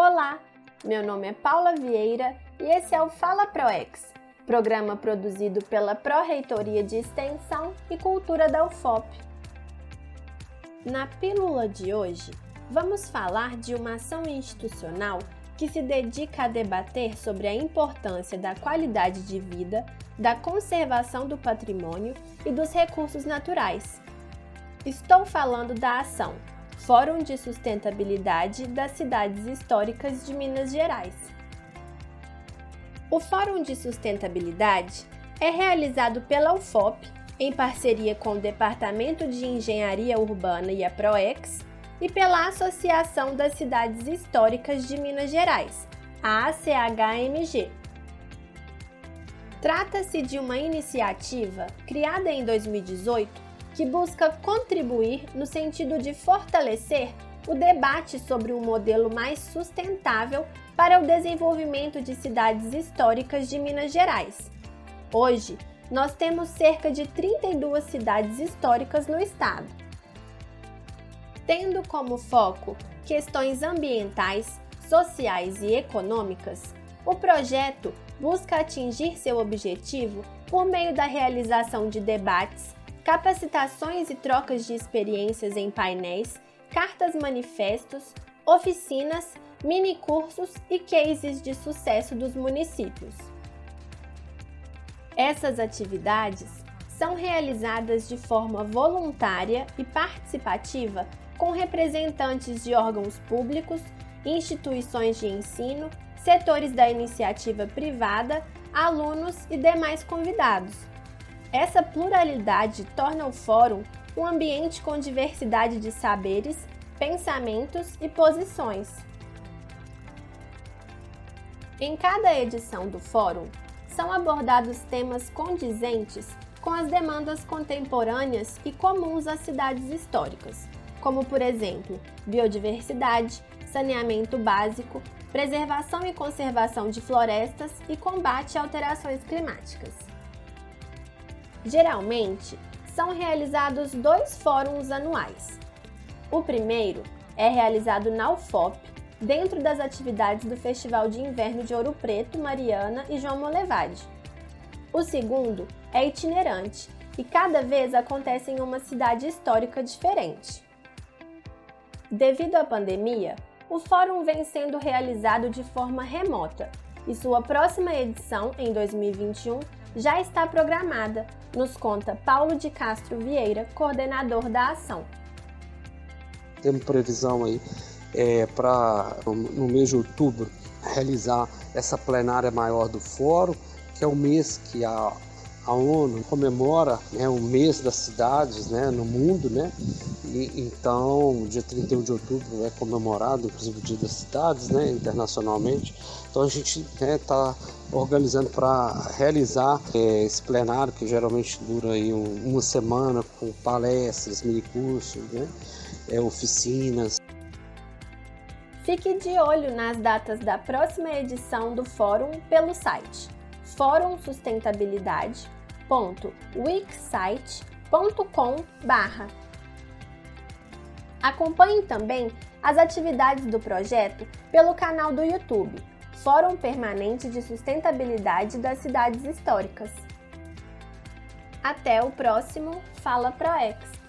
Olá, meu nome é Paula Vieira e esse é o Fala ProEx, programa produzido pela Pró-Reitoria de Extensão e Cultura da UFOP. Na pílula de hoje, vamos falar de uma ação institucional que se dedica a debater sobre a importância da qualidade de vida, da conservação do patrimônio e dos recursos naturais. Estou falando da ação Fórum de Sustentabilidade das Cidades Históricas de Minas Gerais. O Fórum de Sustentabilidade é realizado pela UFOP, em parceria com o Departamento de Engenharia Urbana e a ProEx, e pela Associação das Cidades Históricas de Minas Gerais, a ACHMG. Trata-se de uma iniciativa criada em 2018 que busca contribuir no sentido de fortalecer o debate sobre um modelo mais sustentável para o desenvolvimento de cidades históricas de Minas Gerais. Hoje, nós temos cerca de 32 cidades históricas no estado. Tendo como foco questões ambientais, sociais e econômicas, o projeto busca atingir seu objetivo por meio da realização de debates, capacitações e trocas de experiências em painéis, cartas-manifestos, oficinas, minicursos e cases de sucesso dos municípios. Essas atividades são realizadas de forma voluntária e participativa com representantes de órgãos públicos, instituições de ensino, setores da iniciativa privada, alunos e demais convidados. Essa pluralidade torna o Fórum um ambiente com diversidade de saberes, pensamentos e posições. Em cada edição do Fórum, são abordados temas condizentes com as demandas contemporâneas e comuns às cidades históricas, como, por exemplo, biodiversidade, saneamento básico, preservação e conservação de florestas e combate a alterações climáticas. Geralmente, são realizados 2 fóruns anuais. O primeiro é realizado na UFOP, dentro das atividades do Festival de Inverno de Ouro Preto, Mariana e João Molevade. O segundo é itinerante e cada vez acontece em uma cidade histórica diferente. Devido à pandemia, o Fórum vem sendo realizado de forma remota e sua próxima edição, em 2021, já está programada, nos conta Paulo de Castro Vieira, coordenador da ação. Temos previsão aí para, no mês de outubro, realizar essa plenária maior do Fórum, que é o mês que a ONU comemora, né, o mês das cidades, né, no mundo, né? E, então, dia 31 de outubro é comemorado, inclusive o Dia das Cidades, né, internacionalmente. Então a gente está organizando para realizar esse plenário, que geralmente dura aí uma semana, com palestras, minicursos, né, oficinas. Fique de olho nas datas da próxima edição do Fórum pelo site forumsustentabilidade.wixsite.com/. Acompanhe também as atividades do projeto pelo canal do YouTube, Fórum Permanente de Sustentabilidade das Cidades Históricas. Até o próximo Fala ProEx!